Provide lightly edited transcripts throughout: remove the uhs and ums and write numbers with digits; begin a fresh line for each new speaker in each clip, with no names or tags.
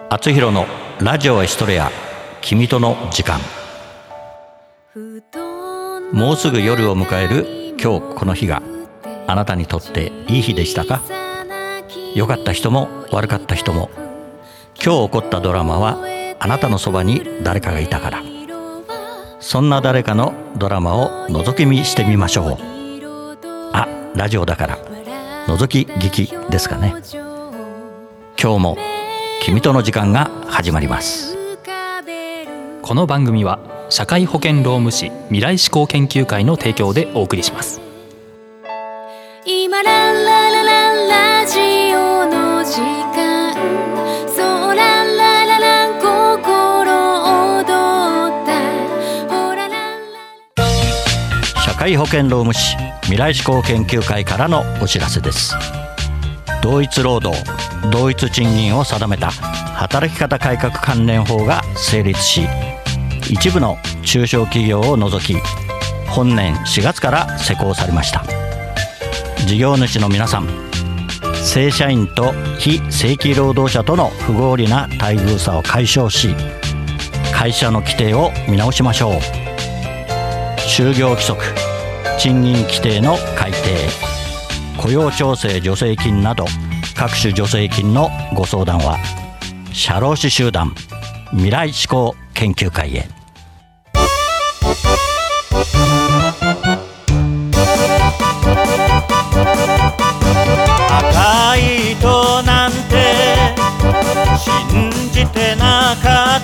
厚弘のラジオエストレア、君との時間。もうすぐ夜を迎える今日この日があなたにとっていい日でしたか？良かった人も悪かった人も、今日起こったドラマはあなたのそばに誰かがいたから。そんな誰かのドラマを覗き見してみましょう。あ、ラジオだから覗き聞きですかね。今日も君との時間が始まります。
この番組は社会保険労務士未来志向研究会の提供でお送りします。
今ラララララジオの時間、そうララララ心躍ったほらララ。
社会保険労務士未来志向研究会からのお知らせです。同一労働同一賃金を定めた働き方改革関連法が成立し、一部の中小企業を除き本年4月から施行されました。事業主の皆さん、正社員と非正規労働者との不合理な待遇差を解消し、会社の規定を見直しましょう。就業規則、賃金規定の改定、雇用調整助成金など各種助成金のご相談は社労士集団未来志向研究会へ。
赤い糸なんて信じてなかった。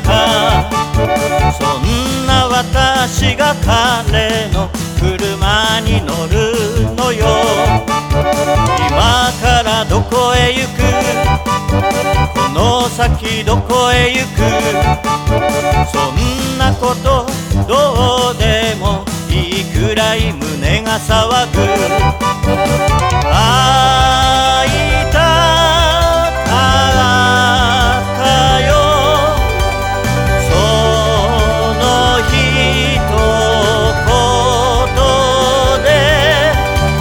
そんな私が彼の車に乗るのよ。今からどこへ行く、この先どこへ行く、そんなことどうでもいいくらい胸が騒ぐ。会いたかったよ、その一言で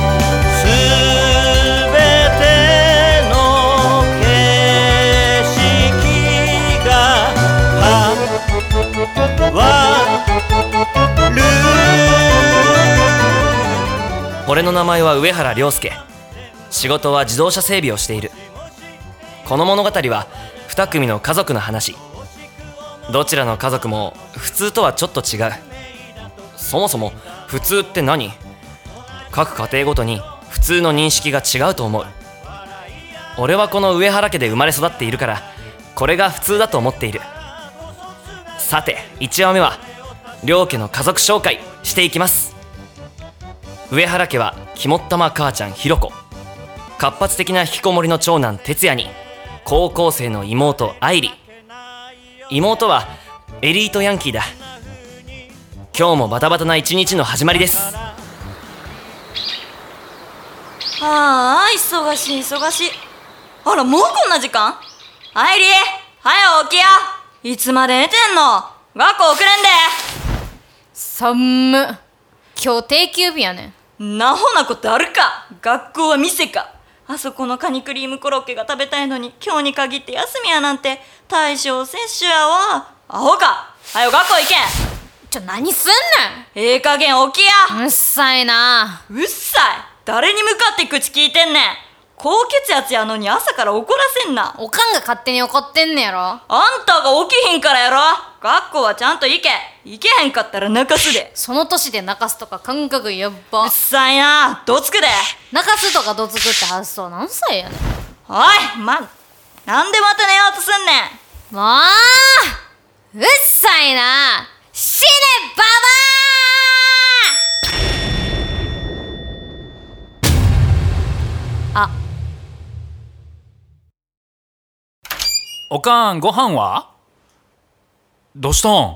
全ての景色が変わる。
俺の名前は上原良介。仕事は自動車整備をしている。この物語は2組の家族の話。どちらの家族も普通とはちょっと違う。そもそも普通って何？各家庭ごとに普通の認識が違うと思う。俺はこの上原家で生まれ育っているから、これが普通だと思っている。さて1話目は良家の家族紹介していきます。上原家は肝っ玉母ちゃんひろ子、活発的な引きこもりの長男哲也に高校生の妹愛理。妹はエリートヤンキーだ。今日もバタバタな一日の始まりです。
ああ、忙しい忙しい。あら、もうこんな時間？愛理、はよ起きや。いつまで寝てんの？学校遅れんで。
寒っ。今日定休日やね
ん。なほなことあるか。学校は店か。あそこのカニクリームコロッケが食べたいのに、今日に限って休みやなんて対象接種やわ。アホか。はよ学校行けん。
何すん
ねん。かげん起きや。
うっさいな。
うっさい。誰に向かって口聞いてんねん。高血圧やのに朝から怒らせんな。
おかんが勝手に怒ってんねやろ。
あんたが起きひんからやろ。学校はちゃんと行け。行けへんかったら泣かすで。
その年で泣かすとか感覚やっば。
うっさいな。どつくで。
泣かすとかどつくって発想何歳やねん。
おい、なんでまた寝ようとすんねん。
もううっさいな。死ねババア。あ、
おかん、ご飯は？どうしたん？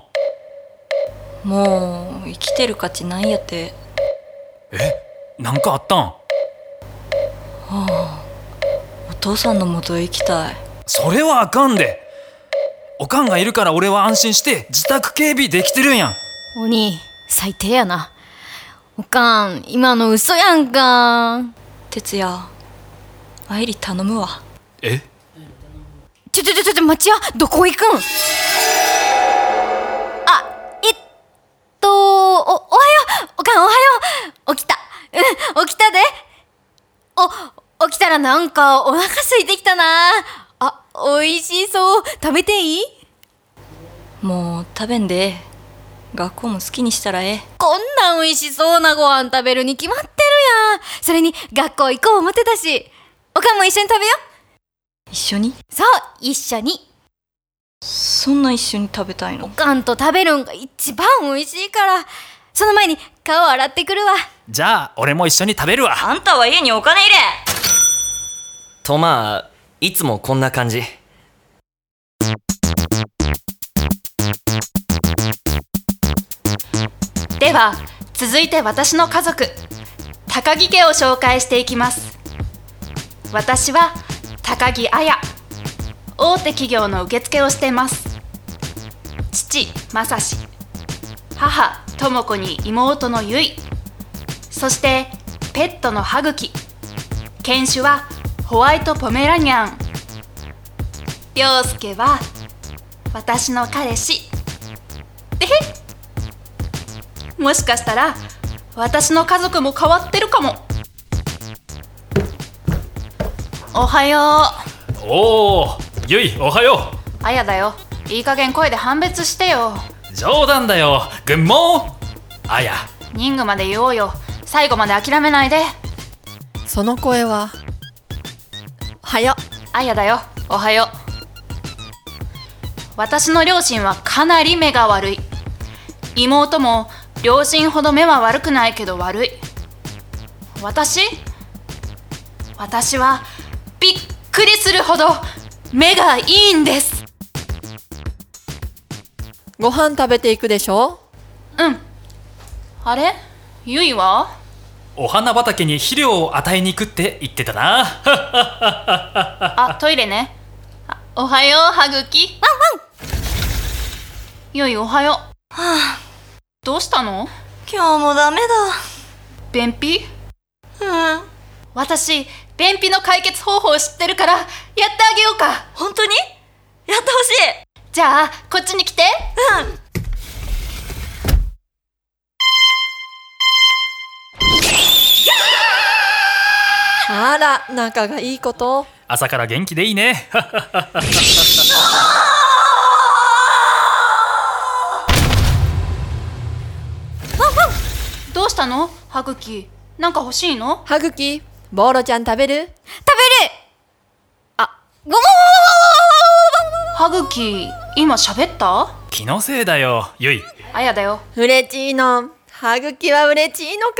もう生きてる価値ないやて。
なんかあったん？
お父さんの元へ行きたい。
それはあかんで。おかんがいるから俺は安心して自宅警備できてるんやん。
お兄、最低やな。おかん、今の嘘やんか。
哲也、愛理頼むわ。
待ちや、どこ行くん？おはよう、おかんおはよう。起きた。起きたで。起きたらなんかお腹空いてきたな。おいしそう。食べていい？
もう食べんで。学校も好きにしたらええ。
こんなんおいしそうなご飯食べるに決まってるやん。それに学校行こう思ってたし、おかんも一緒に食べよう。
一緒に？
そう、一緒に。
そんな一緒に食べたいの？
おかんと食べるんが一番おいしいから。その前に顔洗ってくるわ。
じゃあ俺も一緒に食べるわ。
あんたは家にお金入れ。
とまあいつもこんな感じ。
では続いて私の家族高木家を紹介していきます。私は高木彩、大手企業の受付をしています。父正志、母智子に妹のゆい、そしてペットの歯茎、犬種はホワイトポメラニャン。陽介は私の彼氏。でへっ、もしかしたら私の家族も変わってるかも。おはよう。
おー、ゆいおはよ
あやだよ、いい加減声で判別してよ。
冗談だよ。グッモーあや。
人具まで言おうよ。最後まで諦めないで。
その声はおはよ。
あやだよ、おはよう。私の両親はかなり目が悪い。妹も両親ほど目は悪くないけど悪い。私はびっくりするほど目がいいんです。
ご飯食べていくでしょ？
うん。あれ？ゆいは？
お花畑に肥料を与えに行くって言ってたな。
あ、トイレね。おはよう、はぐき。ワンワン。ゆい、おはよう。
はあ、
どうしたの？
今日もダメだ。
便秘？
うん。
私、便秘の解決方法を知ってるからやってあげようか。
本当に？やってほしい。
じゃあこっちに来て。
うん。
あら、仲がいいこと。
朝から元気でいいね。
どうしたの？はぐき、なんか欲しいの？
はぐき、ボーロちゃん食べる？
食べる。ごも
はぐき、今喋った？
気のせいだよ、ゆい。
あやだよ。
うれちいの。はぐきはうれちいのか。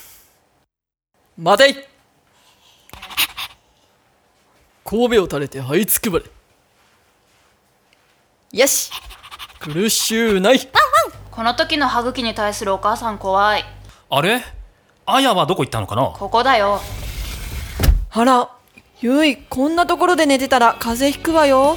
待てい。神戸を垂れて這いつくばれ。よし、苦しゅうない。
この時のはぐきに対するお母さん怖い。
あれ？あやはどこ行ったのかな？
ここだよ。
あら、ゆい、こんなところで寝てたら風邪ひくわよ。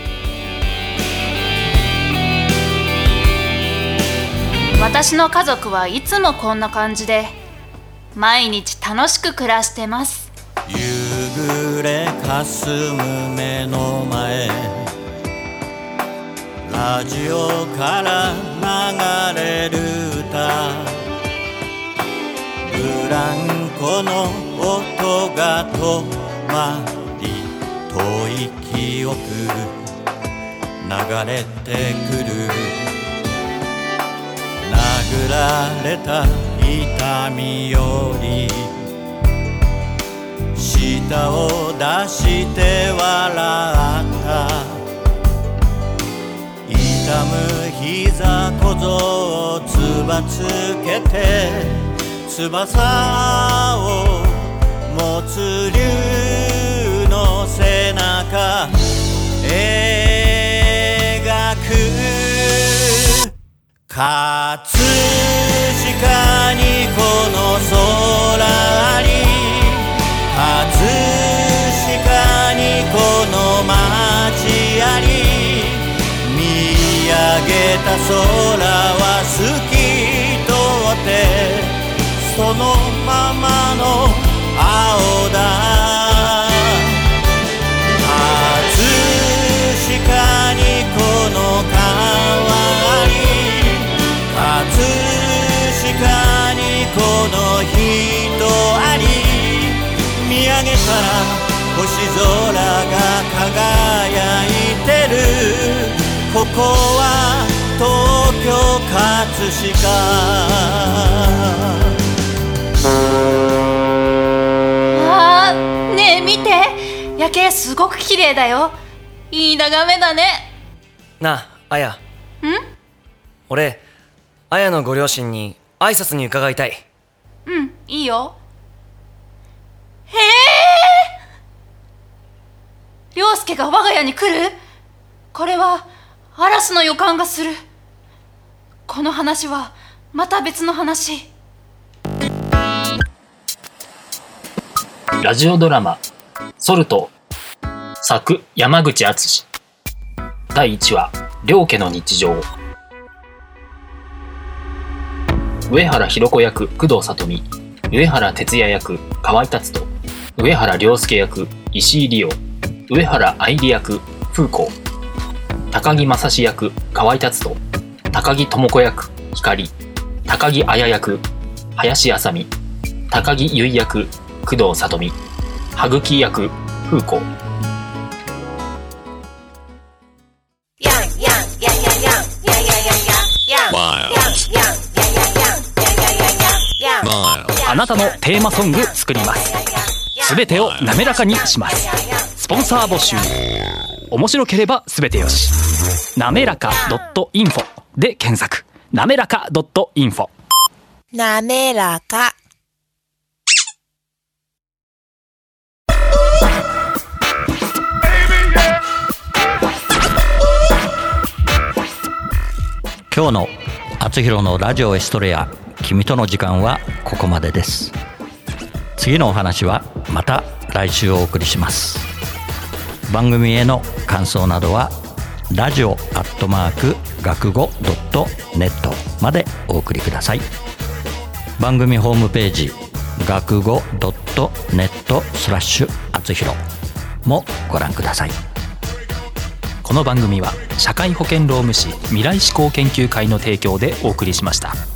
私の家族はいつもこんな感じで毎日楽しく暮らしてます。
夕暮れかすむ目の前、ラジオから流れる歌、ブランコの音が止まり、遠い記憶流れてくる。殴られた痛みより舌を出して笑った。痛む膝小僧をつばつけて、翼を持つ竜の背中描く。葛飾にこの空に、葛飾にこの街あり、見上げた空は透き通って、そのままの青だ。葛飾げたら星空が輝いてる。ここは東京葛飾。
ねえ見て、夜景すごく綺麗だよ。いい眺めだね。
なあ、あや。俺、あやのご両親に挨拶に伺いたい。
いいよ。涼介が我が家に来る？これは嵐の予感がする。この話はまた別の話。
ラジオドラマソルト、作山口敦。第1話、両家の日常。上原ひろ子役工藤里美、上原哲也役河合達人、上原涼介役石井理央、上原愛理役風子、高木正史役河合達人、高木智子役光、高木綾役林あさみ、高木結役工藤里美、羽茎役風子。 あなたのテーマソング作ります。すべてを滑らかにします。スポンサー募集。面白ければすべてよし。なめらか .info で検索。なめらか .info。
なめらか。
今日のあつひろのラジオエストレア、君との時間はここまでです。次のお話はまた来週お送りします。番組への感想などはラジオ学語.net までお送りください。番組ホームページ学語.net/あつひろもご覧ください。
この番組は社会保険労務士未来志向研究会の提供でお送りしました。